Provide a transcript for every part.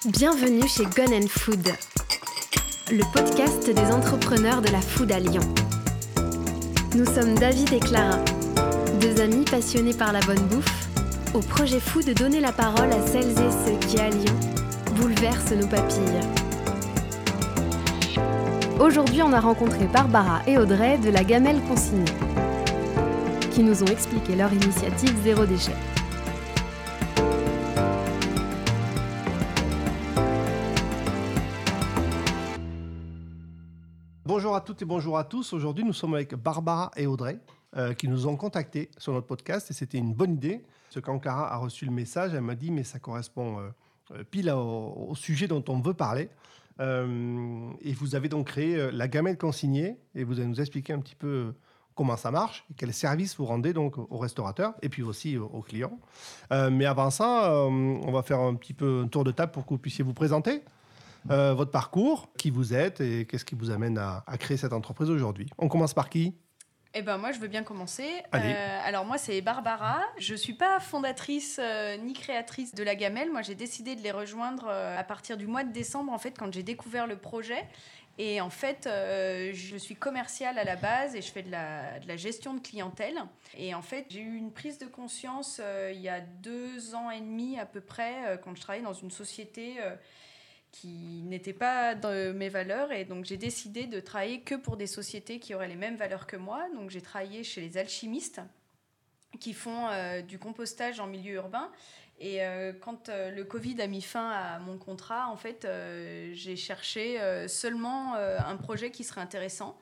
Bienvenue chez Gone & Food, le podcast des entrepreneurs de la food à Lyon. Nous sommes David et Clara, deux amis passionnés par la bonne bouffe, au projet fou de donner la parole à celles et ceux qui, à Lyon, bouleversent nos papilles. Aujourd'hui, on a rencontré Barbara et Audrey de la Gamelle Consignée, qui nous ont expliqué leur initiative Zéro Déchet. Bonjour à toutes et bonjour à tous. Aujourd'hui, nous sommes avec Barbara et Audrey qui nous ont contactés sur notre podcast et c'était une bonne idée. Parce que quand Clara a reçu le message, elle m'a dit mais ça correspond pile au sujet dont on veut parler. Et vous avez donc créé la Gamelle Consignée et vous allez nous expliquer un petit peu comment ça marche et quels services vous rendez donc aux restaurateurs et puis aussi aux clients. Mais avant ça, on va faire un petit peu un tour de table pour que vous puissiez vous présenter. Votre parcours, qui vous êtes et qu'est-ce qui vous amène à créer cette entreprise aujourd'hui. On commence par qui ? Eh ben moi, je veux bien commencer. Allez. Alors moi, c'est Barbara. Je ne suis pas fondatrice ni créatrice de la Gamelle. Moi, j'ai décidé de les rejoindre à partir du mois de décembre, en fait, quand j'ai découvert le projet. Et en fait, je suis commerciale à la base et je fais de la gestion de clientèle. Et en fait, j'ai eu une prise de conscience il y a 2 ans et demi à peu près, quand je travaillais dans une société qui n'était pas dans mes valeurs, et donc j'ai décidé de travailler que pour des sociétés qui auraient les mêmes valeurs que moi. Donc j'ai travaillé chez les alchimistes qui font du compostage en milieu urbain, et quand le Covid a mis fin à mon contrat, en fait j'ai cherché seulement un projet qui serait intéressant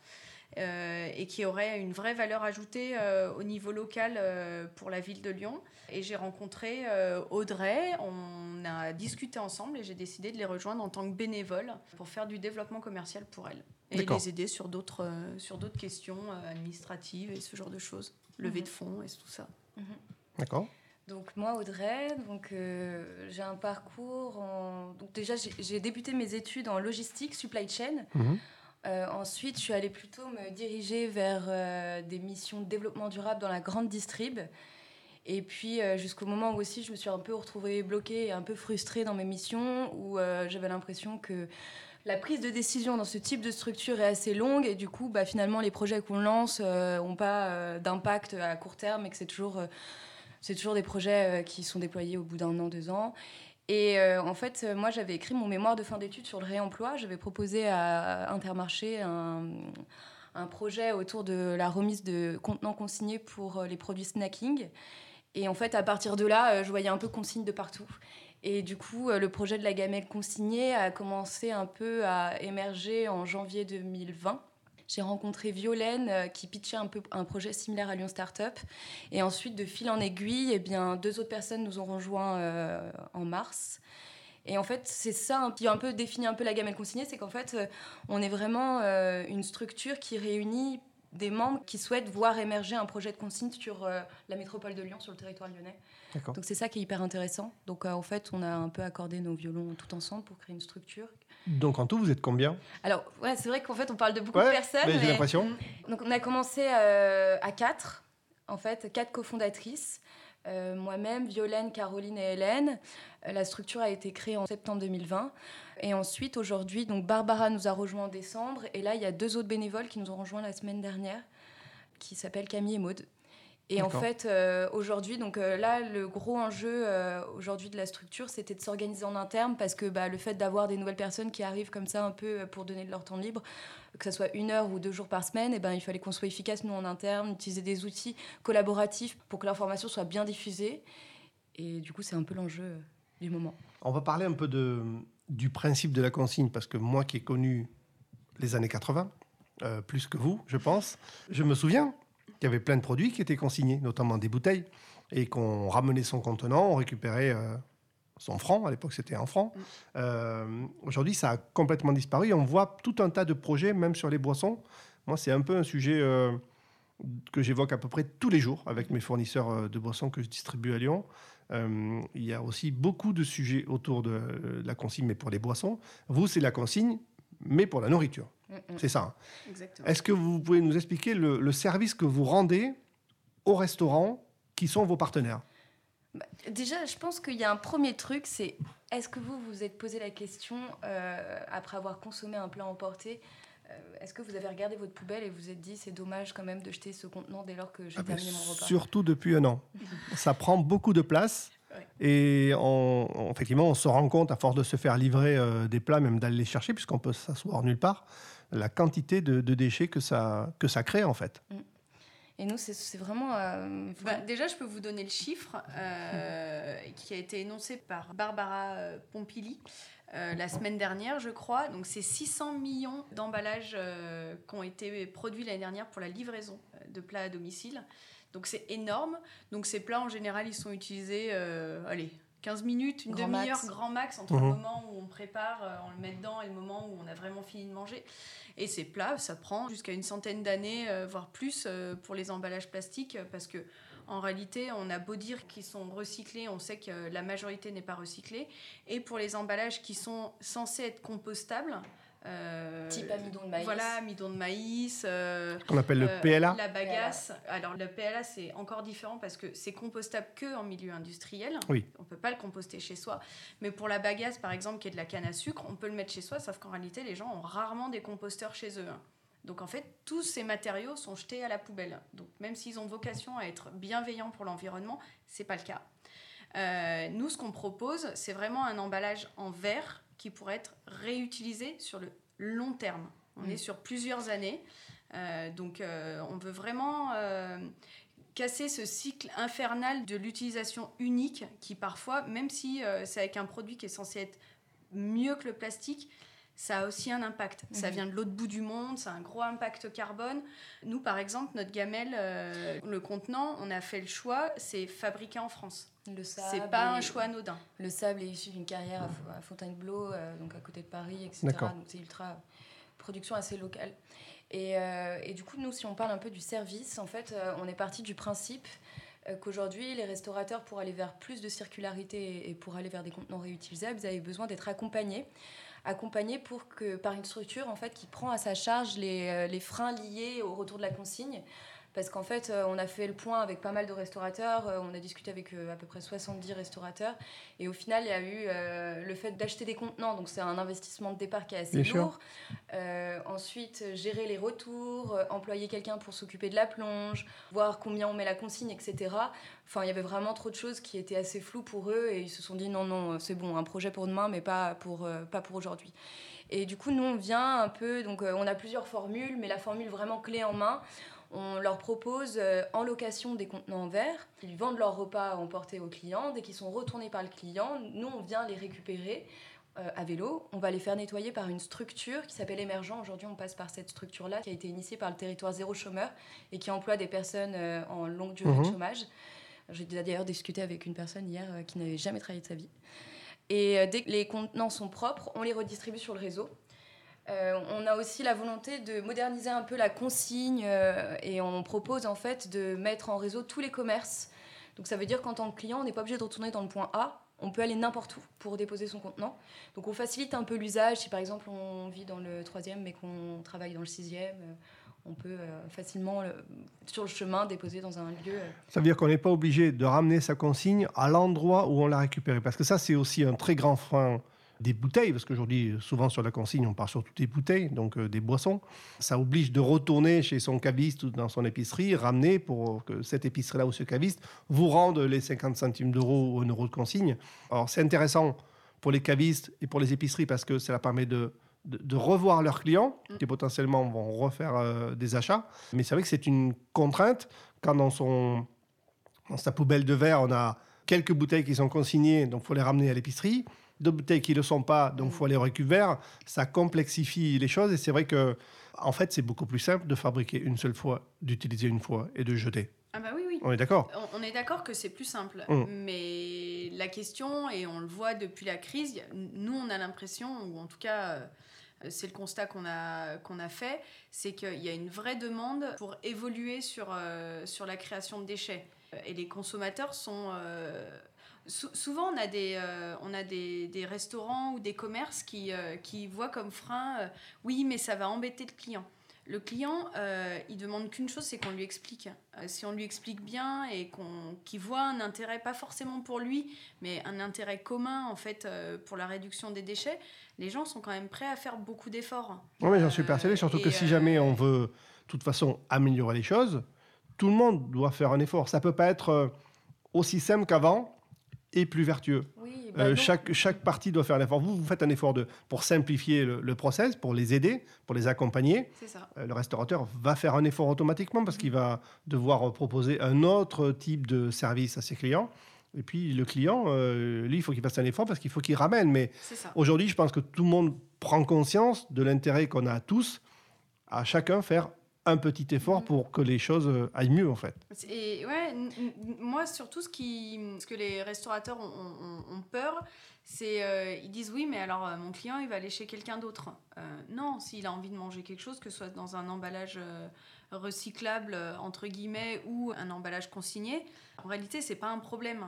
et qui aurait une vraie valeur ajoutée au niveau local pour la ville de Lyon. Et j'ai rencontré Audrey, on a discuté ensemble et j'ai décidé de les rejoindre en tant que bénévole pour faire du développement commercial pour elles et D'accord. les aider sur d'autres questions administratives et ce genre de choses, levée de fonds et tout ça. D'accord. Donc moi Audrey, j'ai un parcours donc déjà j'ai débuté mes études en logistique, supply chain. Ensuite, je suis allée plutôt me diriger vers des missions de développement durable dans la grande distrib. Et puis, jusqu'au moment où aussi je me suis un peu retrouvée bloquée et un peu frustrée dans mes missions, où j'avais l'impression que la prise de décision dans ce type de structure est assez longue. Et du coup, finalement, les projets qu'on lance n'ont pas d'impact à court terme et que c'est toujours des projets qui sont déployés au bout d'1 an, 2 ans. Et en fait, moi, j'avais écrit mon mémoire de fin d'études sur le réemploi. J'avais proposé à Intermarché un projet autour de la remise de contenants consignés pour les produits snacking. Et en fait, à partir de là, je voyais un peu consignes de partout. Et du coup, le projet de la Gamelle Consignée a commencé un peu à émerger en janvier 2020. J'ai rencontré Violaine qui pitchait un peu un projet similaire à Lyon Startup. Et ensuite, de fil en aiguille, 2 autres personnes nous ont rejoints en mars. Et en fait, c'est ça qui a un peu défini un peu la Gamelle Consignée, c'est qu'en fait, on est vraiment une structure qui réunit des membres qui souhaitent voir émerger un projet de consigne sur la métropole de Lyon, sur le territoire lyonnais. D'accord. Donc c'est ça qui est hyper intéressant. Donc en fait, on a un peu accordé nos violons tout ensemble pour créer une structure. Donc en tout, vous êtes combien ? Alors, ouais, c'est vrai qu'en fait, on parle de beaucoup de personnes. J'ai l'impression. Donc, on a commencé à 4, en fait, 4 cofondatrices. Moi-même, Violaine, Caroline et Hélène. La structure a été créée en septembre 2020. Et ensuite, aujourd'hui, donc Barbara nous a rejoints en décembre. Et là, il y a 2 autres bénévoles qui nous ont rejoints la semaine dernière, qui s'appellent Camille et Maude. Et D'accord. en fait, aujourd'hui, là, le gros enjeu aujourd'hui de la structure, c'était de s'organiser en interne parce que le fait d'avoir des nouvelles personnes qui arrivent comme ça un peu pour donner de leur temps libre, que ce soit 1 heure ou 2 jours par semaine, il fallait qu'on soit efficace, nous, en interne, utiliser des outils collaboratifs pour que l'information soit bien diffusée. Et du coup, c'est un peu l'enjeu du moment. On va parler un peu du principe de la consigne parce que moi qui ai connu les années 80, plus que vous, je pense, je me souviens qu'il y avait plein de produits qui étaient consignés, notamment des bouteilles, et qu'on ramenait son contenant, on récupérait son franc, à l'époque c'était un franc. Aujourd'hui, ça a complètement disparu et on voit tout un tas de projets, même sur les boissons. Moi, c'est un peu un sujet que j'évoque à peu près tous les jours avec mes fournisseurs de boissons que je distribue à Lyon. Il y a aussi beaucoup de sujets autour de la consigne, mais pour les boissons. Vous, c'est la consigne, mais pour la nourriture. C'est ça. Hein. Exactement. Est-ce que vous pouvez nous expliquer le service que vous rendez aux restaurants qui sont vos partenaires ? Déjà, je pense qu'il y a un premier truc, c'est est-ce que vous vous êtes posé la question, après avoir consommé un plat emporté, est-ce que vous avez regardé votre poubelle et vous vous êtes dit c'est dommage quand même de jeter ce contenant dès lors que j'ai terminé mon repas? Surtout depuis un an. Ça prend beaucoup de place. Ouais. Et effectivement, on se rend compte, à force de se faire livrer des plats, même d'aller les chercher, puisqu'on peut s'asseoir nulle part, la quantité de déchets que ça crée en fait. Et nous, c'est vraiment... déjà, je peux vous donner le chiffre qui a été énoncé par Barbara Pompili la semaine dernière, je crois. Donc, c'est 600 millions d'emballages qui ont été produits l'année dernière pour la livraison de plats à domicile. Donc, c'est énorme. Donc, ces plats, en général, ils sont utilisés, 15 minutes, une demi-heure, grand max, entre le moment où on prépare, on le met dedans, et le moment où on a vraiment fini de manger. Et ces plats, ça prend jusqu'à une centaine d'années, voire plus, pour les emballages plastiques, parce que en réalité, on a beau dire qu'ils sont recyclés, on sait que la majorité n'est pas recyclée. Et pour les emballages qui sont censés être compostables, type amidon de maïs. Voilà, amidon de maïs. Qu'on appelle le PLA. La bagasse. Alors, le PLA, c'est encore différent parce que c'est compostable qu'en milieu industriel. Oui. On ne peut pas le composter chez soi. Mais pour la bagasse, par exemple, qui est de la canne à sucre, on peut le mettre chez soi, sauf qu'en réalité, les gens ont rarement des composteurs chez eux. Donc, en fait, tous ces matériaux sont jetés à la poubelle. Donc, même s'ils ont vocation à être bienveillants pour l'environnement, ce n'est pas le cas. Nous, ce qu'on propose, c'est vraiment un emballage en verre qui pourrait être réutilisé sur le long terme. On est sur plusieurs années. Donc, on veut vraiment casser ce cycle infernal de l'utilisation unique qui, parfois, même si c'est avec un produit qui est censé être mieux que le plastique, ça a aussi un impact. Ça vient de l'autre bout du monde, ça a un gros impact carbone. Nous, par exemple, notre gamelle, le contenant, on a fait le choix, c'est fabriqué en France. Le sable, c'est pas un choix anodin. Le sable est issu d'une carrière à Fontainebleau, donc à côté de Paris, etc. D'accord. Donc c'est production assez locale. Et du coup, nous, si on parle un peu du service, en fait, on est parti du principe qu'aujourd'hui, les restaurateurs, pour aller vers plus de circularité et pour aller vers des contenants réutilisables, ils avaient besoin d'être accompagnés par une structure en fait, qui prend à sa charge les freins liés au retour de la consigne. Parce qu'en fait, on a fait le point avec pas mal de restaurateurs, on a discuté avec à peu près 70 restaurateurs, et au final, il y a eu le fait d'acheter des contenants, donc c'est un investissement de départ qui est assez lourd. Ensuite, gérer les retours, employer quelqu'un pour s'occuper de la plonge, voir combien on met la consigne, etc. Enfin, il y avait vraiment trop de choses qui étaient assez floues pour eux, et ils se sont dit non, c'est bon, un projet pour demain, mais pas pour aujourd'hui. Et du coup, nous, on vient un peu, donc on a plusieurs formules, mais la formule vraiment clé en main, on leur propose en location des contenants en verre. Ils vendent leurs repas emportés aux clients. Dès qu'ils sont retournés par le client, nous, on vient les récupérer à vélo. On va les faire nettoyer par une structure qui s'appelle Émergent. Aujourd'hui, on passe par cette structure-là qui a été initiée par le territoire zéro chômeur et qui emploie des personnes en longue durée de chômage. J'ai d'ailleurs discuté avec une personne hier qui n'avait jamais travaillé de sa vie. Et dès que les contenants sont propres, on les redistribue sur le réseau. On a aussi la volonté de moderniser un peu la consigne et on propose en fait de mettre en réseau tous les commerces. Donc ça veut dire qu'en tant que client, on n'est pas obligé de retourner dans le point A, on peut aller n'importe où pour déposer son contenant. Donc on facilite un peu l'usage. Si par exemple on vit dans le 3e mais qu'on travaille dans le 6e, on peut facilement sur le chemin déposer dans un lieu. Ça veut dire qu'on n'est pas obligé de ramener sa consigne à l'endroit où on l'a récupérée. Parce que ça, c'est aussi un très grand frein des bouteilles, parce qu'aujourd'hui, souvent sur la consigne, on parle surtout des bouteilles, donc des boissons. Ça oblige de retourner chez son caviste ou dans son épicerie, ramener pour que cette épicerie-là ou ce caviste vous rende les 50 centimes d'euros ou 1 euro de consigne. Alors, c'est intéressant pour les cavistes et pour les épiceries parce que ça leur permet de revoir leurs clients qui potentiellement vont refaire des achats. Mais c'est vrai que c'est une contrainte quand dans sa poubelle de verre, on a quelques bouteilles qui sont consignées, donc il faut les ramener à l'épicerie. D'autres bouteilles qui ne le sont pas, donc il faut les récupérer. Ça complexifie les choses et c'est vrai que, en fait, c'est beaucoup plus simple de fabriquer une seule fois, d'utiliser une fois et de jeter. Ah bah oui. On est d'accord. On est d'accord que c'est plus simple. Mais la question, et on le voit depuis la crise, nous on a l'impression, ou en tout cas c'est le constat qu'on a fait, c'est qu'il y a une vraie demande pour évoluer sur la création de déchets. Et les consommateurs sont... souvent, on a des restaurants ou des commerces qui voient comme frein oui, mais ça va embêter le client. Le client, il demande qu'une chose, c'est qu'on lui explique. Si on lui explique bien et qu'il voit un intérêt, pas forcément pour lui, mais un intérêt commun en fait pour la réduction des déchets, les gens sont quand même prêts à faire beaucoup d'efforts. Oui, mais j'en suis persuadé, surtout que si jamais on veut, de toute façon, améliorer les choses, tout le monde doit faire un effort. Ça peut pas être aussi simple qu'avant et plus vertueux. Oui, Chaque partie doit faire un effort. Vous faites un effort pour simplifier le process, pour les aider, pour les accompagner. C'est ça. Le restaurateur va faire un effort automatiquement parce qu'il va devoir proposer un autre type de service à ses clients. Et puis le client, lui, il faut qu'il fasse un effort parce qu'il faut qu'il ramène. Mais aujourd'hui, je pense que tout le monde prend conscience de l'intérêt qu'on a tous à chacun faire un petit effort pour que les choses aillent mieux, en fait. Et moi, surtout, ce que les restaurateurs ont peur, c'est ils disent oui, mais alors mon client, il va aller chez quelqu'un d'autre. Non, s'il a envie de manger quelque chose, que ce soit dans un emballage recyclable, entre guillemets, ou un emballage consigné, en réalité, c'est pas un problème.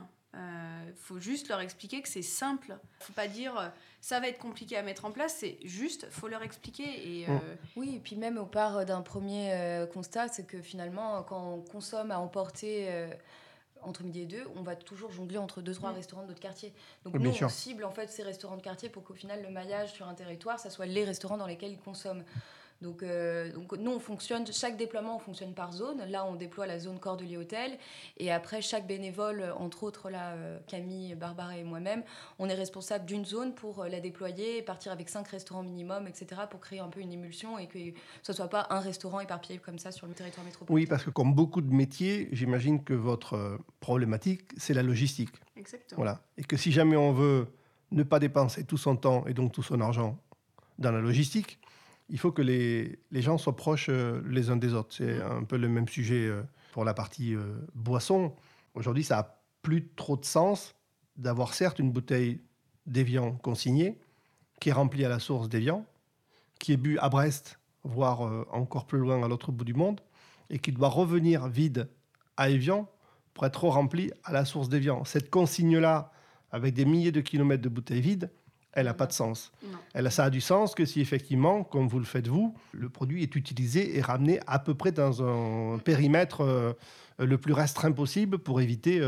Faut juste leur expliquer que c'est simple. Faut pas dire ça va être compliqué à mettre en place, c'est juste, faut leur expliquer. Oui, et puis même au part d'un premier constat, c'est que finalement, quand on consomme à emporter entre midi et 2, on va toujours jongler entre 2-3 restaurants de notre quartier. Donc nous, on cible en fait ces restaurants de quartier pour qu'au final, le maillage sur un territoire, ça soit les restaurants dans lesquels ils consomment. Donc nous, on fonctionne, chaque déploiement, on fonctionne par zone. Là, on déploie la zone Cordelier Hôtel. Et après, chaque bénévole, entre autres là, Camille, Barbara et moi-même, on est responsable d'une zone pour la déployer, partir avec 5 restaurants minimum, etc., pour créer un peu une émulsion et que ce ne soit pas un restaurant éparpillé comme ça sur le territoire métropolitain. Oui, parce que comme beaucoup de métiers, j'imagine que votre problématique, c'est la logistique. Exactement. Voilà. Et que si jamais on veut ne pas dépenser tout son temps et donc tout son argent dans la logistique, il faut que les gens soient proches les uns des autres. C'est un peu le même sujet pour la partie boisson. Aujourd'hui, ça n'a plus trop de sens d'avoir certes une bouteille d'Évian consignée qui est remplie à la source d'Évian, qui est bu à Brest, voire encore plus loin à l'autre bout du monde, et qui doit revenir vide à Évian pour être remplie à la source d'Évian. Cette consigne-là, avec des milliers de kilomètres de bouteilles vides, elle n'a pas de sens. Ça a du sens que si effectivement, comme vous le faites vous, le produit est utilisé et ramené à peu près dans un périmètre le plus restreint possible pour éviter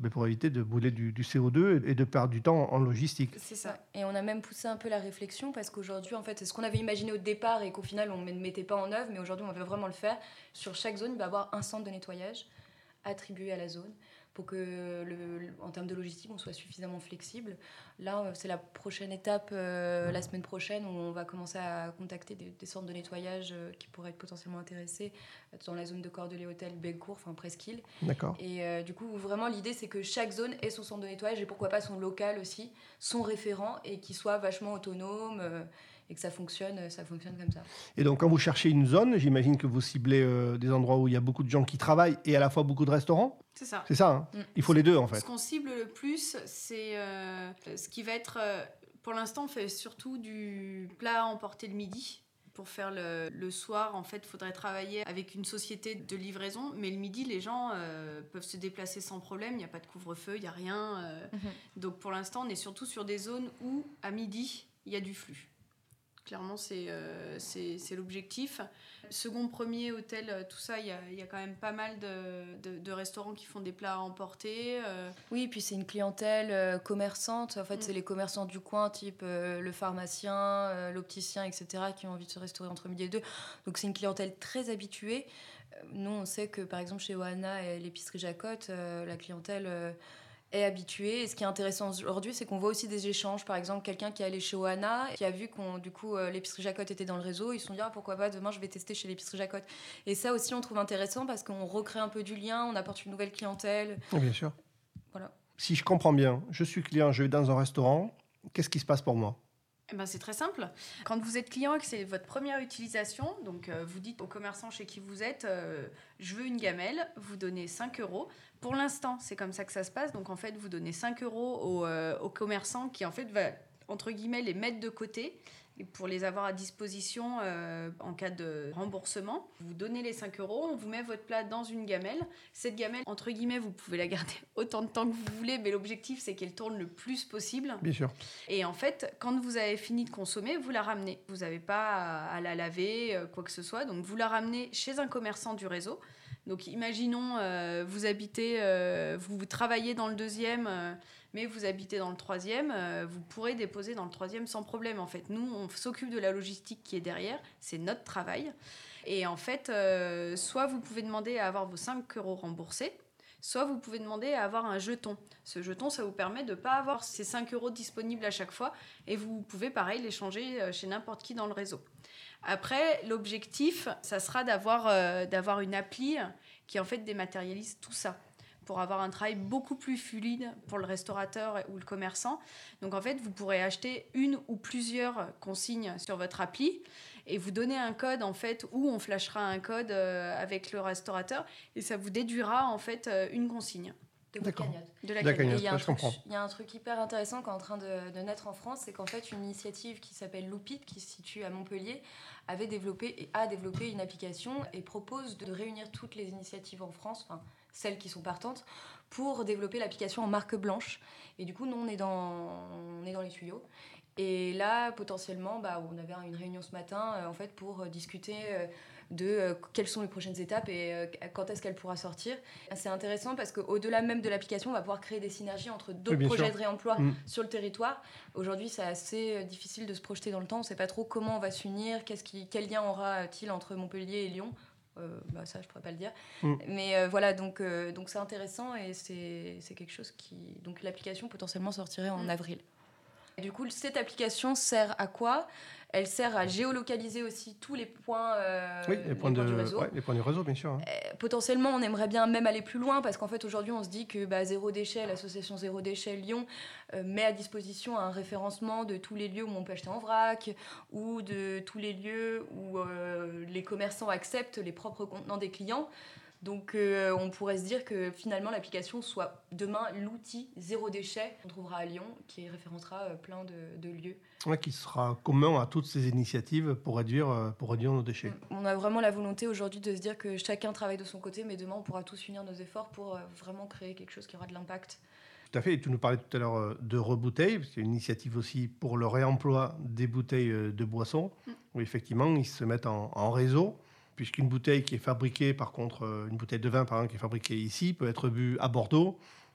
de brûler du CO2 et de perdre du temps en logistique. C'est ça. Et on a même poussé un peu la réflexion parce qu'aujourd'hui, en fait, c'est ce qu'on avait imaginé au départ et qu'au final, on ne mettait pas en œuvre, mais aujourd'hui, on veut vraiment le faire. Sur chaque zone, il va y avoir un centre de nettoyage attribué à la zone pour que, en termes de logistique, on soit suffisamment flexible. Là, c'est la prochaine étape, la semaine prochaine, où on va commencer à contacter des centres de nettoyage qui pourraient être potentiellement intéressés dans la zone de Cordelier Hôtel, Bellecour, enfin Presqu'île. D'accord. Et du coup, vraiment, l'idée, c'est que chaque zone ait son centre de nettoyage et pourquoi pas son local aussi, son référent, et qu'il soit vachement autonome et que ça fonctionne comme ça. Et donc, quand vous cherchez une zone, j'imagine que vous ciblez des endroits où il y a beaucoup de gens qui travaillent et à la fois beaucoup de restaurants. C'est ça. C'est ça, hein. Il faut les deux, en fait. Ce qu'on cible le plus, c'est ce qui va être... pour l'instant, on fait surtout du plat à emporter le midi. Pour faire le soir, en fait, il faudrait travailler avec une société de livraison. Mais le midi, les gens peuvent se déplacer sans problème. Il n'y a pas de couvre-feu, il n'y a rien. Donc, pour l'instant, on est surtout sur des zones où, à midi, il y a du flux. Clairement, c'est l'objectif. Second, premier, hôtel, tout ça, il y a quand même pas mal de restaurants qui font des plats à emporter. Oui, puis c'est une clientèle commerçante. En fait, c'est les commerçants du coin, type le pharmacien, l'opticien, etc., qui ont envie de se restaurer entre midi et 2. Donc, c'est une clientèle très habituée. Nous, on sait que, par exemple, chez Oana et l'épicerie Jacotte, la clientèle... est habitué. Et ce qui est intéressant aujourd'hui, c'est qu'on voit aussi des échanges. Par exemple, quelqu'un qui est allé chez Oana, qui a vu que l'épicerie Jacotte était dans le réseau, ils se sont dit pourquoi pas, demain je vais tester chez l'épicerie Jacotte. Et ça aussi, on trouve intéressant parce qu'on recrée un peu du lien, on apporte une nouvelle clientèle. Oui, bien sûr. Voilà. Si je comprends bien, je suis client, je vais dans un restaurant, qu'est-ce qui se passe pour moi ? C'est très simple. Quand vous êtes client et que c'est votre première utilisation, donc vous dites au commerçant chez qui vous êtes, je veux une gamelle, vous donnez 5 €. Pour l'instant, c'est comme ça que ça se passe. Donc en fait, vous donnez 5 € au commerçant qui en fait va, entre guillemets, les mettre de côté. et pour les avoir à disposition en cas de remboursement. Vous donnez les 5 €, on vous met votre plat dans une gamelle. Cette gamelle, entre guillemets, vous pouvez la garder autant de temps que vous voulez, mais l'objectif, c'est qu'elle tourne le plus possible. Bien sûr. Et en fait, quand vous avez fini de consommer, vous la ramenez. Vous n'avez pas à la laver, quoi que ce soit. Donc, vous la ramenez chez un commerçant du réseau. Donc, imaginons, vous travaillez dans le 2e, mais vous habitez dans le 3e, vous pourrez déposer dans le 3e sans problème. En fait, nous, on s'occupe de la logistique qui est derrière. C'est notre travail. Et en fait, soit vous pouvez demander à avoir vos 5 € remboursés, soit vous pouvez demander à avoir un jeton. Ce jeton, ça vous permet de ne pas avoir ces 5 € disponibles à chaque fois. Et vous pouvez, pareil, les changer chez n'importe qui dans le réseau. Après, l'objectif, ça sera d'avoir une appli qui en fait dématérialise tout ça pour avoir un travail beaucoup plus fluide pour le restaurateur ou le commerçant. Donc en fait, vous pourrez acheter une ou plusieurs consignes sur votre appli et vous donner un code en fait, ou on flashera un code avec le restaurateur et ça vous déduira en fait une consigne. De la cagnotte. De la cagnotte. cagnotte. Il y a un truc hyper intéressant qui est en train de naître en France, c'est qu'en fait une initiative qui s'appelle Loupit, qui se situe à Montpellier, a développé une application et propose de réunir toutes les initiatives en France, enfin celles qui sont partantes, pour développer l'application en marque blanche. Et du coup, nous, on est dans les tuyaux. Et là, potentiellement, on avait une réunion ce matin en fait, pour discuter de quelles sont les prochaines étapes et quand est-ce qu'elle pourra sortir. C'est intéressant parce qu'au-delà même de l'application, on va pouvoir créer des synergies entre d'autres projets de réemploi sur le territoire. Aujourd'hui, c'est assez difficile de se projeter dans le temps. On ne sait pas trop comment on va s'unir, quel lien aura-t-il entre Montpellier et Lyon. Ça, je ne pourrais pas le dire. Mais voilà, donc c'est intéressant et c'est quelque chose qui... Donc l'application potentiellement sortirait en avril. Et du coup, cette application sert à quoi ? Elle sert à géolocaliser aussi tous les points, les points du réseau. Les points du réseau, bien sûr. Potentiellement, on aimerait bien même aller plus loin parce qu'en fait, aujourd'hui, on se dit que Zéro Déchet, l'association Zéro Déchet Lyon, met à disposition un référencement de tous les lieux où on peut acheter en vrac ou de tous les lieux où les commerçants acceptent les propres contenants des clients. Donc on pourrait se dire que finalement l'application soit demain l'outil Zéro Déchet qu'on trouvera à Lyon, qui référencera plein de lieux. Ouais, qui sera commun à toutes ces initiatives pour réduire nos déchets. On a vraiment la volonté aujourd'hui de se dire que chacun travaille de son côté, mais demain on pourra tous unir nos efforts pour vraiment créer quelque chose qui aura de l'impact. Tout à fait, et tu nous parlais tout à l'heure de Rebouteille, c'est une initiative aussi pour le réemploi des bouteilles de boissons, où effectivement ils se mettent en réseau. Puisqu'une bouteille qui est fabriquée, par contre, une bouteille de vin, par exemple, qui est fabriquée ici, peut être bue à Bordeaux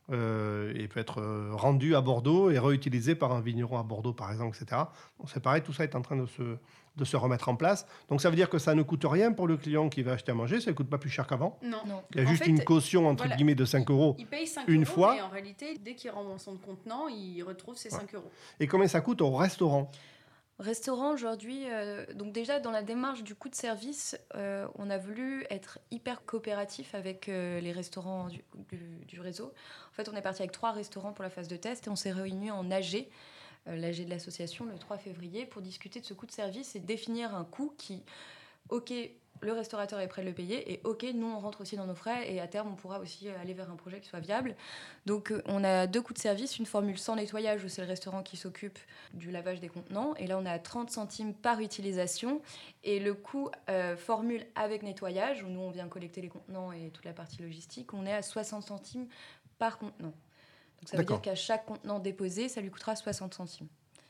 et peut être rendue à Bordeaux et réutilisée par un vigneron à Bordeaux, par exemple, etc. Donc c'est pareil, tout ça est en train de se remettre en place. Donc ça veut dire que ça ne coûte rien pour le client qui va acheter à manger, ça ne coûte pas plus cher qu'avant. Non. Il y a juste une caution, entre guillemets, de 5 €. Il paye 5 une € fois. Mais en réalité, dès qu'il rend son contenant, il retrouve ses 5 €. Et combien ça coûte au restaurant ? Restaurant aujourd'hui, donc déjà dans la démarche du coût de service, on a voulu être hyper coopératif avec les restaurants du réseau. En fait, on est parti avec 3 restaurants pour la phase de test et on s'est réunis en AG, l'AG de l'association, le 3 février, pour discuter de ce coût de service et définir un coût qui, ok, le restaurateur est prêt à le payer et ok, nous on rentre aussi dans nos frais et à terme on pourra aussi aller vers un projet qui soit viable. Donc on a 2 coûts de service, une formule sans nettoyage où c'est le restaurant qui s'occupe du lavage des contenants et là on a 30 centimes par utilisation et le coût formule avec nettoyage où nous on vient collecter les contenants et toute la partie logistique, on est à 60 centimes par contenant. Donc ça veut dire qu'à chaque contenant déposé, ça lui coûtera 60 centimes.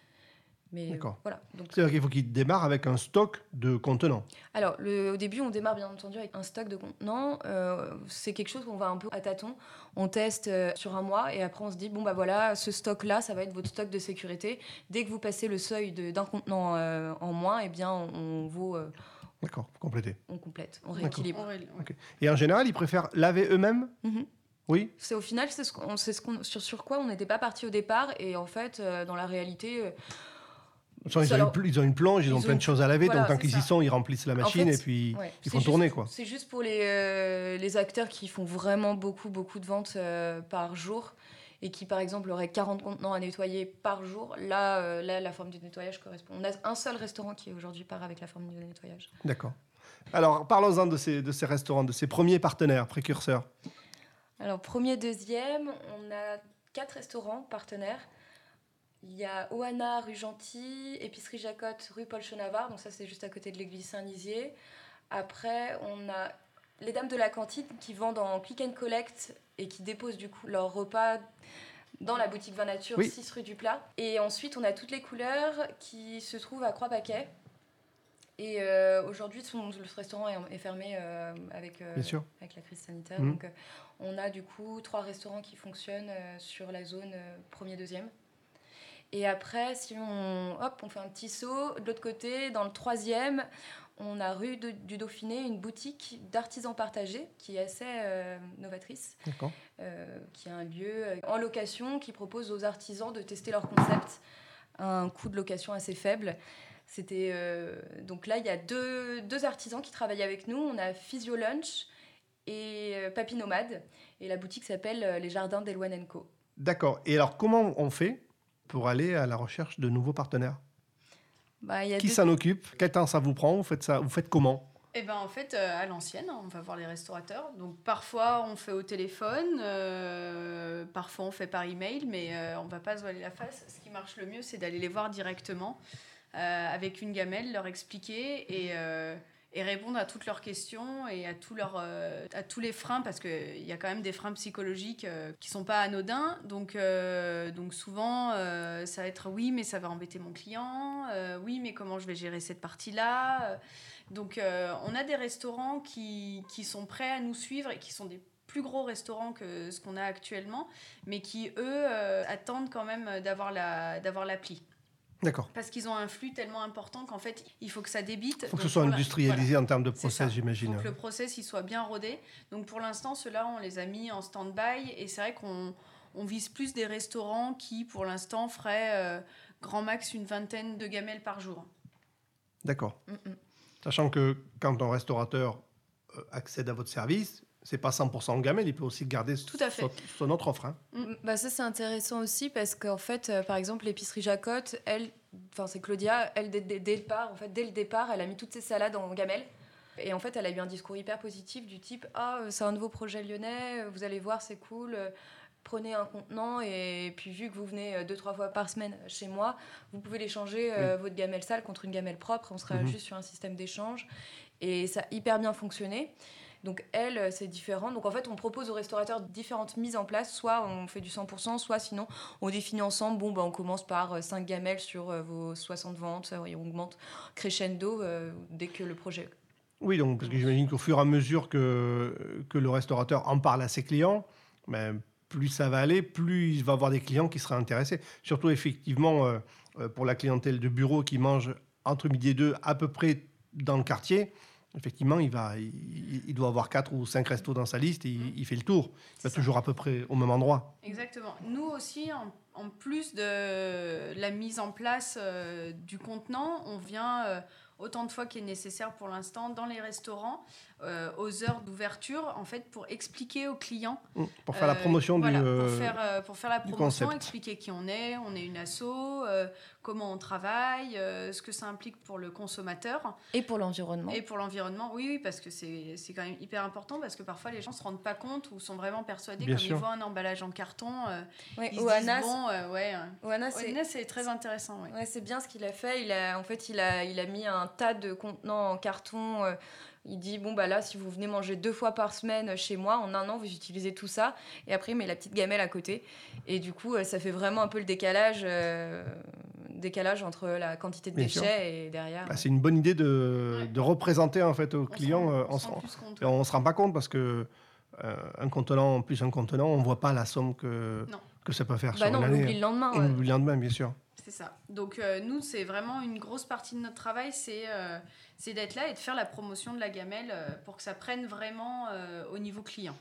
Mais voilà. Donc, c'est-à-dire qu'il faut qu'il démarre avec un stock de contenants. Alors, au début, on démarre bien entendu avec un stock de contenants. C'est quelque chose qu'on va un peu à tâtons. On teste sur un mois et après on se dit, voilà, ce stock-là, ça va être votre stock de sécurité. Dès que vous passez le seuil d'un contenant en moins, eh bien, on vous... D'accord, vous complétez. On complète, on rééquilibre. Okay. Et en général, ils préfèrent laver eux-mêmes ? Oui. Au final, c'est sur quoi on n'était pas parti au départ. Et en fait, dans la réalité... Ils ont une plonge, ils ont plein de choses à laver, donc tant qu'ils y sont, ils remplissent la machine et puis ils font tourner. C'est juste pour les acteurs qui font vraiment beaucoup de ventes par jour et qui, par exemple, auraient 40 contenants à nettoyer par jour. Là, la forme du nettoyage correspond. On a un seul restaurant qui aujourd'hui part avec la forme du nettoyage. D'accord. Alors, parlons-en de ces restaurants, de ces premiers partenaires, précurseurs. Alors, premier, deuxième, on a 4 restaurants partenaires. Il y a Oana, rue Gentil, Épicerie Jacotte, rue Paul Chenavard, donc ça c'est juste à côté de l'église Saint-Nizier. Après, on a les dames de la cantine qui vendent en click and collect et qui déposent du coup leurs repas dans la boutique Vin Nature, 6 rue du Plat. Et ensuite, on a toutes les couleurs qui se trouvent à Croix-Paquet. Et aujourd'hui, le restaurant est fermé avec la crise sanitaire. Donc, on a du coup 3 restaurants qui fonctionnent sur la zone 1er, 2e. Et après, si on fait un petit saut, de l'autre côté, dans le 3e, on a rue du Dauphiné, une boutique d'artisans partagés qui est assez novatrice, qui est un lieu en location qui propose aux artisans de tester leur concept à un coût de location assez faible. Donc là, il y a deux artisans qui travaillent avec nous. On a Physio Lunch et Papy Nomade. Et la boutique s'appelle Les Jardins d'Eloane & Co. D'accord. Et alors, comment on fait pour aller à la recherche de nouveaux partenaires ? Qui s'en occupe ? Quel temps ça vous prend ? Vous faites comment ? Eh ben, en fait, à l'ancienne, on va voir les restaurateurs. Donc, parfois, on fait au téléphone, parfois, on fait par email, mais on ne va pas se voiler la face. Ce qui marche le mieux, c'est d'aller les voir directement avec une gamelle, leur expliquer et répondre à toutes leurs questions et à tous les freins, parce qu'il y a quand même des freins psychologiques qui ne sont pas anodins. Donc souvent, ça va être « oui, mais ça va embêter mon client »,« oui, mais comment je vais gérer cette partie-là ». Donc, on a des restaurants qui sont prêts à nous suivre et qui sont des plus gros restaurants que ce qu'on a actuellement, mais qui, eux, attendent quand même d'avoir l'appli. D'accord. Parce qu'ils ont un flux tellement important qu'en fait, il faut que ça débite. Il faut que ce soit industrialisé en termes de process, j'imagine. Il faut que le process il soit bien rodé. Donc, pour l'instant, ceux-là, on les a mis en stand-by. Et c'est vrai qu'on vise plus des restaurants qui, pour l'instant, feraient grand max une 20aine de gamelles par jour. D'accord. Sachant que quand un restaurateur accède à votre service, c'est pas 100% en gamelle, il peut aussi garder son autre offre. Hein. Ça, c'est intéressant aussi parce qu'en fait, par exemple, l'épicerie Jacotte, c'est Claudia, elle, dès le départ, elle a mis toutes ses salades en gamelle. Et en fait, elle a eu un discours hyper positif du type « Ah, c'est un nouveau projet lyonnais, vous allez voir, c'est cool, prenez un contenant et puis vu que vous venez 2-3 fois par semaine chez moi, vous pouvez l'échanger votre gamelle sale contre une gamelle propre, on sera juste sur un système d'échange. » Et ça a hyper bien fonctionné. Donc, elle, c'est différent. Donc, en fait, on propose aux restaurateurs différentes mises en place. Soit on fait du 100%, soit sinon, on définit ensemble. On commence par 5 gamelles sur vos 60 ventes. Et on augmente crescendo dès que le projet... Oui, donc, parce que j'imagine qu'au fur et à mesure que le restaurateur en parle à ses clients, plus ça va aller, plus il va avoir des clients qui seraient intéressés. Surtout, effectivement, pour la clientèle de bureau qui mange entre midi et 2 à peu près dans le quartier. Effectivement, il doit avoir 4 ou 5 restos dans sa liste et il fait le tour. Il va toujours à peu près au même endroit. Exactement. Nous aussi, en plus de la mise en place du contenant, on vient autant de fois qu'il est nécessaire pour l'instant dans les restaurants, aux heures d'ouverture, en fait, pour expliquer aux clients. Pour faire la promotion pour faire la promotion, concept. Expliquer qui on est une asso, comment on travaille, ce que ça implique pour le consommateur. Et pour l'environnement. Oui, parce que c'est quand même hyper important, parce que parfois les gens ne se rendent pas compte ou sont vraiment persuadés, Bien comme sûr. ils voient un emballage en carton, ils Oana, se disent, Oana, c'est très intéressant. Ouais. Ouais, c'est bien ce qu'il a fait. Il a mis un tas de contenants en carton. Il dit, là, si vous venez manger 2 fois par semaine chez moi, en 1 an, vous utilisez tout ça. Et après, il met la petite gamelle à côté. Et du coup, ça fait vraiment un peu le décalage entre la quantité de déchets et derrière... c'est une bonne idée de représenter en fait aux clients. On ne se rend pas compte parce que un contenant plus un contenant, on ne voit pas la somme que ça peut faire sur une année. On oublie le lendemain. On oublie le lendemain, bien sûr. C'est ça. Donc, nous, c'est vraiment une grosse partie de notre travail, c'est d'être là et de faire la promotion de la gamelle pour que ça prenne vraiment au niveau client.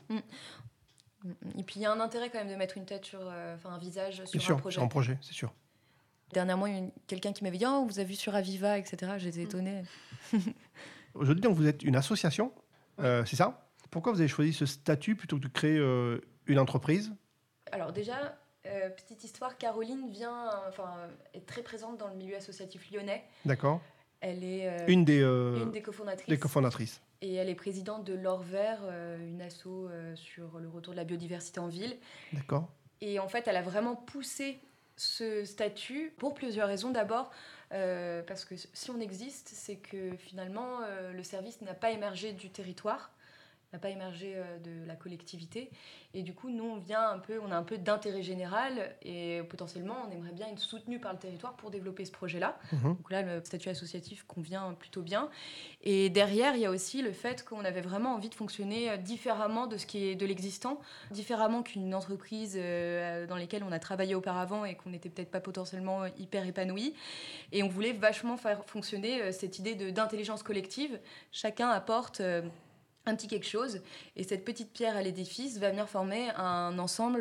Et puis, il y a un intérêt quand même de mettre une tête un visage sur bien sûr, un projet. Sur un projet, c'est sûr. Dernièrement, il y a quelqu'un qui m'avait dit « Oh, vous avez vu sur Aviva, etc. » J'étais étonnée. Aujourd'hui, donc, vous êtes une association, c'est ça ? Pourquoi vous avez choisi ce statut plutôt que de créer une entreprise ? Alors déjà... petite histoire, Caroline est très présente dans le milieu associatif lyonnais. D'accord. Elle est une des cofondatrices. Des cofondatrices. Et elle est présidente de l'Or Vert, une asso sur le retour de la biodiversité en ville. D'accord. Et en fait, elle a vraiment poussé ce statut pour plusieurs raisons. D'abord, parce que si on existe, c'est que finalement, le service n'a pas émergé du territoire, n'a pas émergé de la collectivité. Et du coup, nous, on a un peu d'intérêt général et potentiellement, on aimerait bien être soutenu par le territoire pour développer ce projet-là. Donc là, le statut associatif convient plutôt bien. Et derrière, il y a aussi le fait qu'on avait vraiment envie de fonctionner différemment de ce qui est de l'existant, différemment qu'une entreprise dans laquelle on a travaillé auparavant et qu'on n'était peut-être pas potentiellement hyper épanoui. Et on voulait vachement faire fonctionner cette idée d'intelligence collective. Chacun apporte un petit quelque chose, et cette petite pierre à l'édifice va venir former un ensemble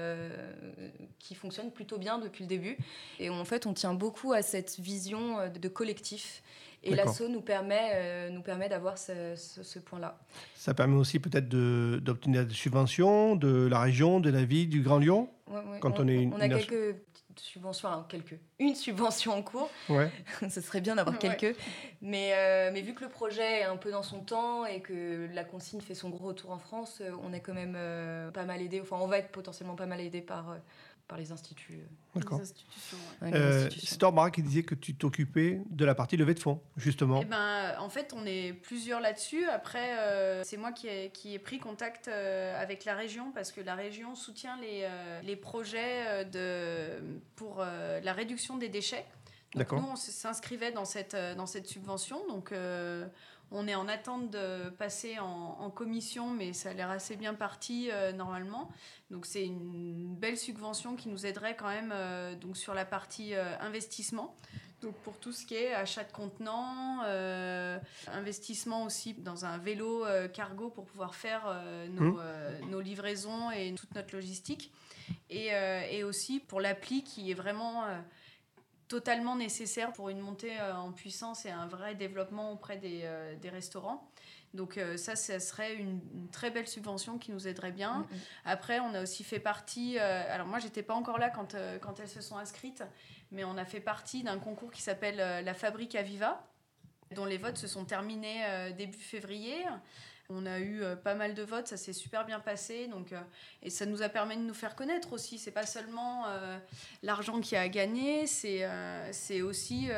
qui fonctionne plutôt bien depuis le début. Et en fait, on tient beaucoup à cette vision de collectif. Et l'asso nous permet d'avoir ce point-là. Ça permet aussi peut-être d'obtenir des subventions de la région, de la ville, du Grand Lyon. Quand on a quelques subventions, une subvention en cours. Ce serait bien d'avoir quelques. Mais vu que le projet est un peu dans son temps et que la consigne fait son gros retour en France, on est quand même pas mal aidé. Enfin, on va être potentiellement pas mal aidé par les instituts. D'accord. Les institutions, c'est Barbara qui disait que tu t'occupais de la partie levée de fonds, justement. En fait, on est plusieurs là-dessus. Après, c'est moi qui ai pris contact avec la région parce que la région soutient les projets pour la réduction des déchets. Donc, nous, on s'inscrivait dans cette subvention. Donc, on est en attente de passer en commission, mais ça a l'air assez bien parti normalement. Donc, c'est une belle subvention qui nous aiderait quand même donc sur la partie investissement. Donc, pour tout ce qui est achat de contenants, investissement aussi dans un vélo cargo pour pouvoir faire nos livraisons et toute notre logistique. Et aussi pour l'appli qui est vraiment totalement nécessaire pour une montée en puissance et un vrai développement auprès des restaurants. Donc ça serait une très belle subvention qui nous aiderait bien. Après, on a aussi fait partie... alors moi, j'étais pas encore là quand elles se sont inscrites, mais on a fait partie d'un concours qui s'appelle la Fabrique Aviva, dont les votes se sont terminés début février. On a eu pas mal de votes, ça s'est super bien passé. Donc, et ça nous a permis de nous faire connaître aussi. C'est pas seulement l'argent qui a gagné, c'est aussi...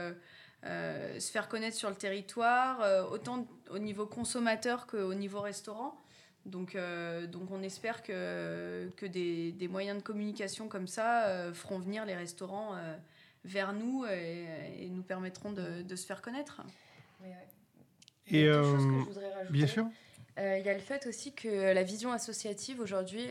se faire connaître sur le territoire, autant au niveau consommateur qu'au niveau restaurant. Donc on espère que des moyens de communication comme ça feront venir les restaurants vers nous et nous permettront de se faire connaître. Il y a deux choses que je voudrais rajouter. Bien sûr. Il y a le fait aussi que la vision associative aujourd'hui...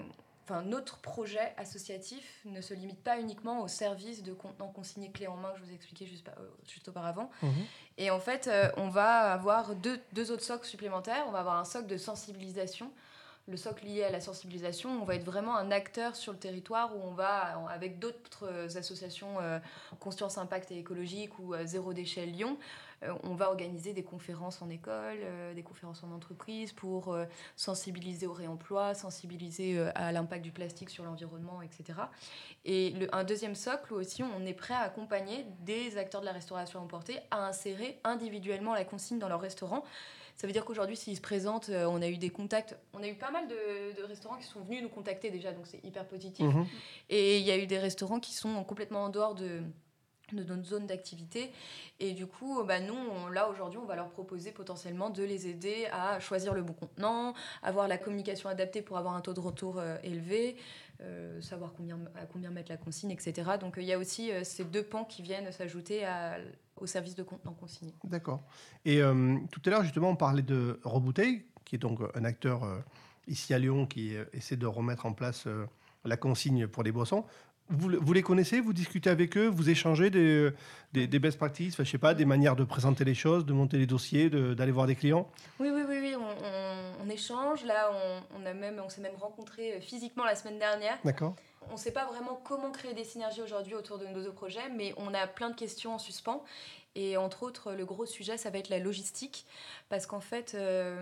notre projet associatif ne se limite pas uniquement au service de contenants consignés clés en main que je vous ai expliqué juste auparavant. Et en fait, on va avoir deux autres socles supplémentaires. On va avoir un socle de sensibilisation. Le socle lié à la sensibilisation, on va être vraiment un acteur sur le territoire où on va, avec d'autres associations Conscience Impact et Écologique ou Zéro Déchet Lyon, on va organiser des conférences en école, des conférences en entreprise pour sensibiliser au réemploi, sensibiliser à l'impact du plastique sur l'environnement, etc. Et un deuxième socle où aussi on est prêt à accompagner des acteurs de la restauration emportée à insérer individuellement la consigne dans leur restaurant. Ça veut dire qu'aujourd'hui, s'ils se présentent, on a eu des contacts, on a eu pas mal de restaurants qui sont venus nous contacter déjà, donc c'est hyper positif. Et il y a eu des restaurants qui sont complètement en dehors de notre zone d'activité. Et du coup, nous, là, aujourd'hui, on va leur proposer potentiellement de les aider à choisir le bon contenant, avoir la communication adaptée pour avoir un taux de retour élevé, savoir à combien mettre la consigne, etc. Donc, il y a aussi ces deux pans qui viennent s'ajouter au service de contenants consignés. D'accord. Et tout à l'heure, justement, on parlait de Rebouteille, qui est donc un acteur ici à Lyon qui essaie de remettre en place la consigne pour les boissons. Vous les connaissez, vous discutez avec eux, vous échangez des best practices, je sais pas, des manières de présenter les choses, de monter les dossiers, d'aller voir des clients. Oui, on échange. Là, on s'est même rencontrés physiquement la semaine dernière. D'accord. On ne sait pas vraiment comment créer des synergies aujourd'hui autour de nos deux projets, mais on a plein de questions en suspens. Et entre autres, le gros sujet, ça va être la logistique. Parce qu'en fait,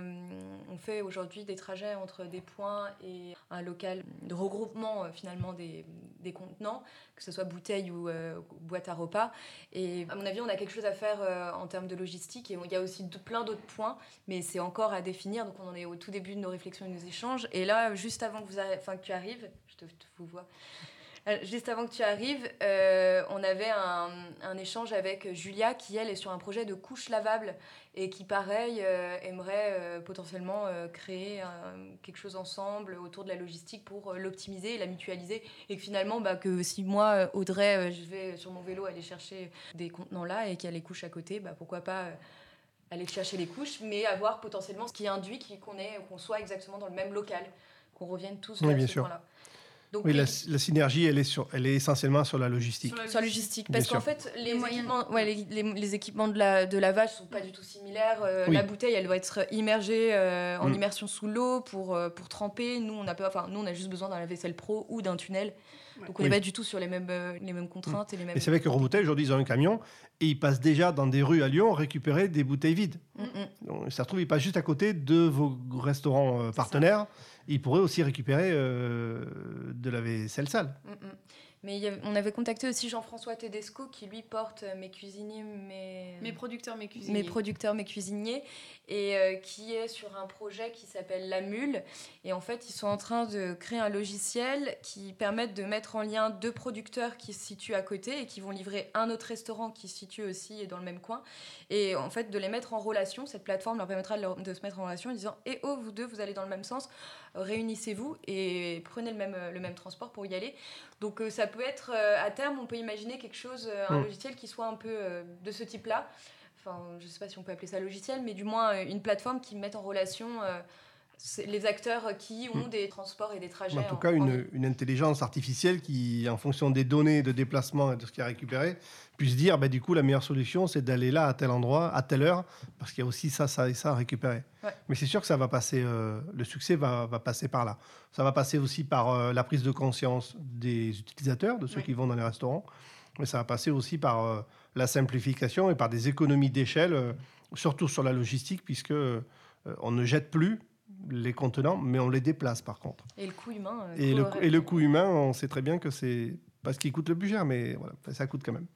on fait aujourd'hui des trajets entre des points et un local de regroupement finalement des contenants, que ce soit bouteilles ou boîte à repas. Et à mon avis, on a quelque chose à faire en termes de logistique. Et il y a aussi plein d'autres points, mais c'est encore à définir. Donc on en est au tout début de nos réflexions et de nos échanges. Et là, juste avant que tu arrives, je vous vois... Juste avant que tu arrives, on avait un échange avec Julia qui, elle, est sur un projet de couches lavables et qui, pareil, aimerait potentiellement créer quelque chose ensemble autour de la logistique pour l'optimiser et la mutualiser. Et que finalement, que si moi, Audrey, je vais sur mon vélo aller chercher des contenants là et qu'il y a les couches à côté, pourquoi pas aller chercher les couches, mais avoir potentiellement ce qui induit qu'on soit exactement dans le même local, qu'on revienne tous vers ce point-là. Donc, oui, la synergie, elle est essentiellement sur la logistique. Sur la logistique, parce qu'en fait, les équipements de lavage ne sont pas du tout similaires. La bouteille, elle doit être immergée en immersion sous l'eau pour tremper. Nous, on a juste besoin d'un lave-vaisselle pro ou d'un tunnel. Donc, on n'est pas du tout sur les mêmes contraintes. Et c'est vrai que Eurobouteille, aujourd'hui, ils ont un camion et ils passent déjà dans des rues à Lyon récupérer des bouteilles vides. Donc, ça se trouve, ils passent juste à côté de vos restaurants partenaires. Ils pourraient aussi récupérer de la vaisselle sale. Mais on avait contacté aussi Jean-François Tedesco qui lui porte mes producteurs, mes cuisiniers. Mes producteurs, mes cuisiniers, et qui est sur un projet qui s'appelle La Mule. Et en fait, ils sont en train de créer un logiciel qui permette de mettre en lien 2 producteurs qui se situent à côté et qui vont livrer un autre restaurant qui se situe aussi dans le même coin. Et en fait, de les mettre en relation, cette plateforme leur permettra de se mettre en relation en disant « Eh oh, vous deux, vous allez dans le même sens, réunissez-vous et prenez le même transport pour y aller ». Donc ça peut être, à terme, on peut imaginer quelque chose, un logiciel qui soit un peu de ce type-là. Enfin, je ne sais pas si on peut appeler ça logiciel, mais du moins une plateforme qui mette en relation les acteurs qui ont des transports et des trajets. En tout cas, une intelligence artificielle qui, en fonction des données de déplacement et de ce qui est récupéré, puisse dire, du coup, la meilleure solution, c'est d'aller là, à tel endroit, à telle heure, parce qu'il y a aussi ça et ça à récupérer. Ouais. Mais c'est sûr que ça va passer, le succès va passer par là. Ça va passer aussi par la prise de conscience des utilisateurs, de ceux qui vont dans les restaurants, mais ça va passer aussi par la simplification et par des économies d'échelle, surtout sur la logistique, puisque on ne jette plus les contenants, mais on les déplace par contre. Et le coût humain. Le coût humain, on sait très bien que c'est pas ce qui coûte le plus cher, mais voilà, ça coûte quand même.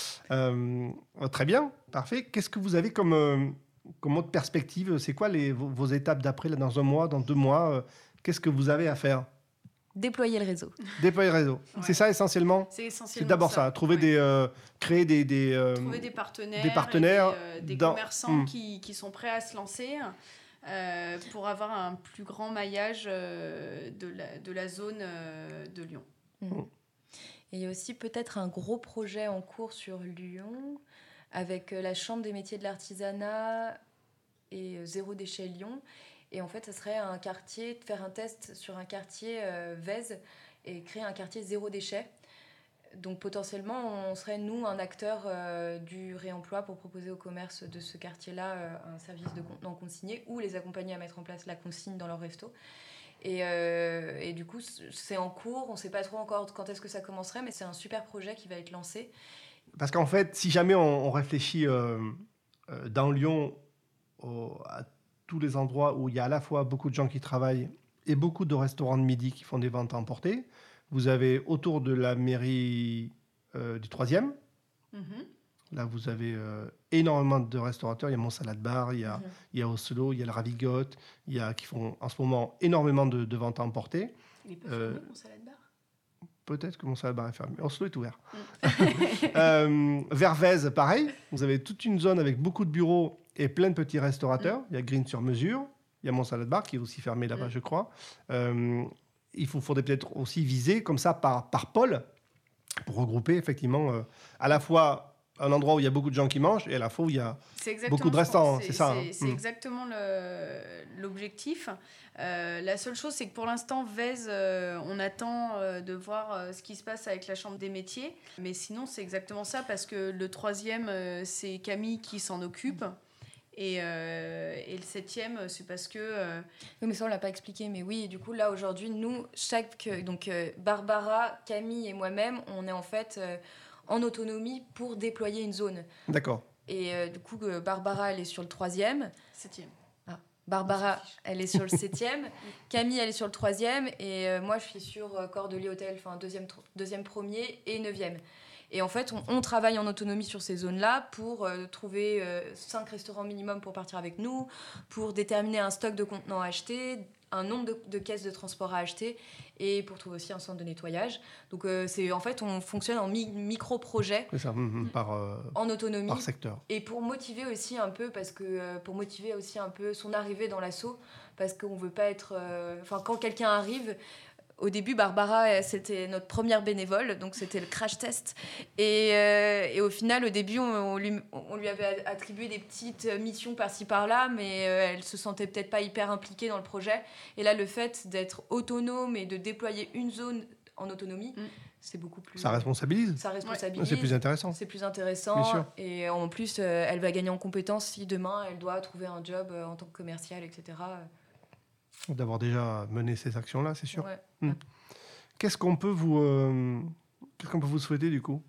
Voilà. Très bien, parfait. Qu'est-ce que vous avez comme autre perspective ? C'est quoi vos étapes d'après, là, dans 1 mois, dans 2 mois Qu'est-ce que vous avez à faire ? Déployer le réseau. Déployer le réseau. Ouais. C'est ça essentiellement ? C'est essentiellement d'abord ça. Trouver créer trouver des partenaires des commerçants qui sont prêts à se lancer. Pour avoir un plus grand maillage de la zone de Lyon. Et il y a aussi peut-être un gros projet en cours sur Lyon avec la Chambre des métiers de l'artisanat et Zéro déchet Lyon. Et en fait, ça serait faire un test sur un quartier Vèze et créer un quartier zéro déchet. Donc potentiellement, on serait, nous, un acteur du réemploi pour proposer au commerce de ce quartier-là un service de contenants consignés ou les accompagner à mettre en place la consigne dans leur resto. Et du coup, c'est en cours. On ne sait pas trop encore quand est-ce que ça commencerait, mais c'est un super projet qui va être lancé. Parce qu'en fait, si jamais on réfléchit dans Lyon à tous les endroits où il y a à la fois beaucoup de gens qui travaillent et beaucoup de restaurants de midi qui font des ventes à emporter, vous avez autour de la mairie du 3e. Là, vous avez énormément de restaurateurs. Il y a Mon Salade Bar, il y a Oslo, il y a le Ravigote, qui font en ce moment énormément de ventes à emporter. Il est pas fermé, Mon Salade Bar ? Peut-être que Mon Salade Bar est fermé. Oslo est ouvert. Vers Vèze, pareil. Vous avez toute une zone avec beaucoup de bureaux et plein de petits restaurateurs. Il y a Green sur mesure. Il y a Mon Salade Bar qui est aussi fermé là-bas, je crois. Il faudrait peut-être aussi viser comme ça par pôle pour regrouper effectivement à la fois un endroit où il y a beaucoup de gens qui mangent et à la fois où il y a beaucoup de restaurants. C'est ça. C'est exactement l'objectif. La seule chose, c'est que pour l'instant, Vèze, on attend de voir ce qui se passe avec la Chambre des métiers. Mais sinon, c'est exactement ça parce que le 3e, c'est Camille qui s'en occupe. Et le 7e, c'est parce que... Oui, mais ça, on ne l'a pas expliqué. Mais oui, du coup, là, aujourd'hui, nous, Barbara, Camille et moi-même, on est en fait en autonomie pour déployer une zone. D'accord. Et du coup, Barbara, elle est sur le 3e. 7e. Barbara, elle est sur le 7e. Camille, elle est sur le 3e. Et moi, je suis sur Cordelier Hôtel, enfin, 2e, 1er et 9e. Et en fait, on travaille en autonomie sur ces zones-là pour trouver 5 restaurants minimum pour partir avec nous, pour déterminer un stock de contenants à acheter, un nombre de caisses de transport à acheter et pour trouver aussi un centre de nettoyage. Donc, en fait, on fonctionne en micro-projets. C'est ça, en autonomie. Par secteur. Et pour motiver aussi un peu, son arrivée dans l'asso, parce qu'on veut pas être... quand quelqu'un arrive... Au début, Barbara, c'était notre première bénévole, donc c'était le crash test. Et au final, au début, on lui avait attribué des petites missions par-ci par-là, mais elle se sentait peut-être pas hyper impliquée dans le projet. Et là, le fait d'être autonome et de déployer une zone en autonomie, c'est beaucoup plus... Ça responsabilise. Ouais. C'est plus intéressant. C'est plus intéressant. Bien sûr. Et en plus, elle va gagner en compétences si demain, elle doit trouver un job en tant que commerciale, etc. D'avoir déjà mené ces actions-là, c'est sûr. Ouais. Qu'est-ce qu'on peut vous souhaiter du coup ?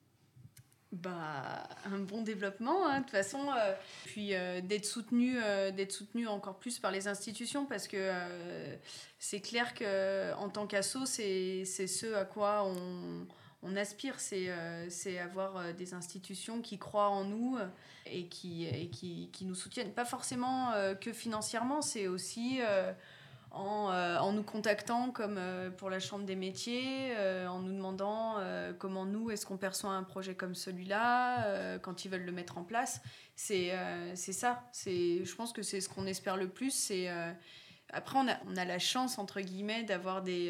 Un bon développement, de toute façon, puis d'être soutenu encore plus par les institutions, parce que c'est clair qu'en tant qu'asso, c'est ce à quoi on aspire, c'est avoir des institutions qui croient en nous et qui nous soutiennent. Pas forcément que financièrement, c'est aussi... en nous contactant comme pour la Chambre des métiers, en nous demandant comment est-ce qu'on perçoit un projet comme celui-là, quand ils veulent le mettre en place. C'est ça. Je pense que c'est ce qu'on espère le plus. Après, on a la chance, entre guillemets, d'avoir des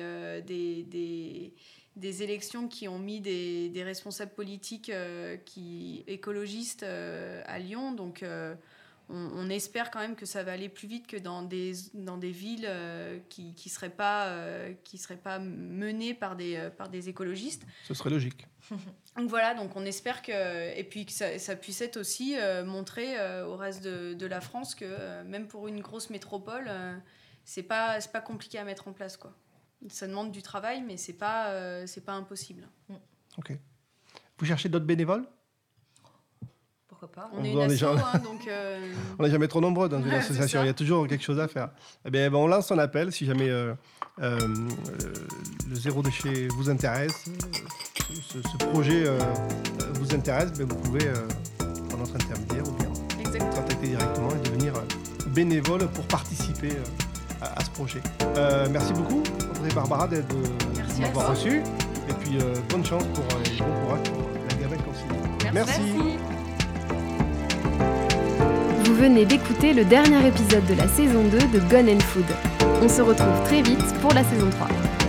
élections qui ont mis des responsables politiques écologistes à Lyon. Donc... On espère quand même que ça va aller plus vite que dans des villes qui seraient pas menées par des écologistes. Ce serait logique. Donc voilà, donc on espère que ça puisse être aussi montré au reste de la France que même pour une grosse métropole, c'est pas compliqué à mettre en place, quoi. Ça demande du travail, mais c'est pas impossible. Ok. Vous cherchez d'autres bénévoles ? Pas. On est une asso, donc... On n'est jamais trop nombreux dans une association, il y a toujours quelque chose à faire. Eh bien, on lance un appel, si jamais le zéro déchet vous intéresse, ce projet vous intéresse, vous pouvez prendre notre intermédiaire ou bien contacter directement et devenir bénévole pour participer à ce projet. Merci beaucoup, Audrey et Barbara, de m'avoir reçu. Et puis, bonne chance et bon courage pour la gamelle conciliée. Merci. Vous venez d'écouter le dernier épisode de la saison 2 de Gone and Food. On se retrouve très vite pour la saison 3.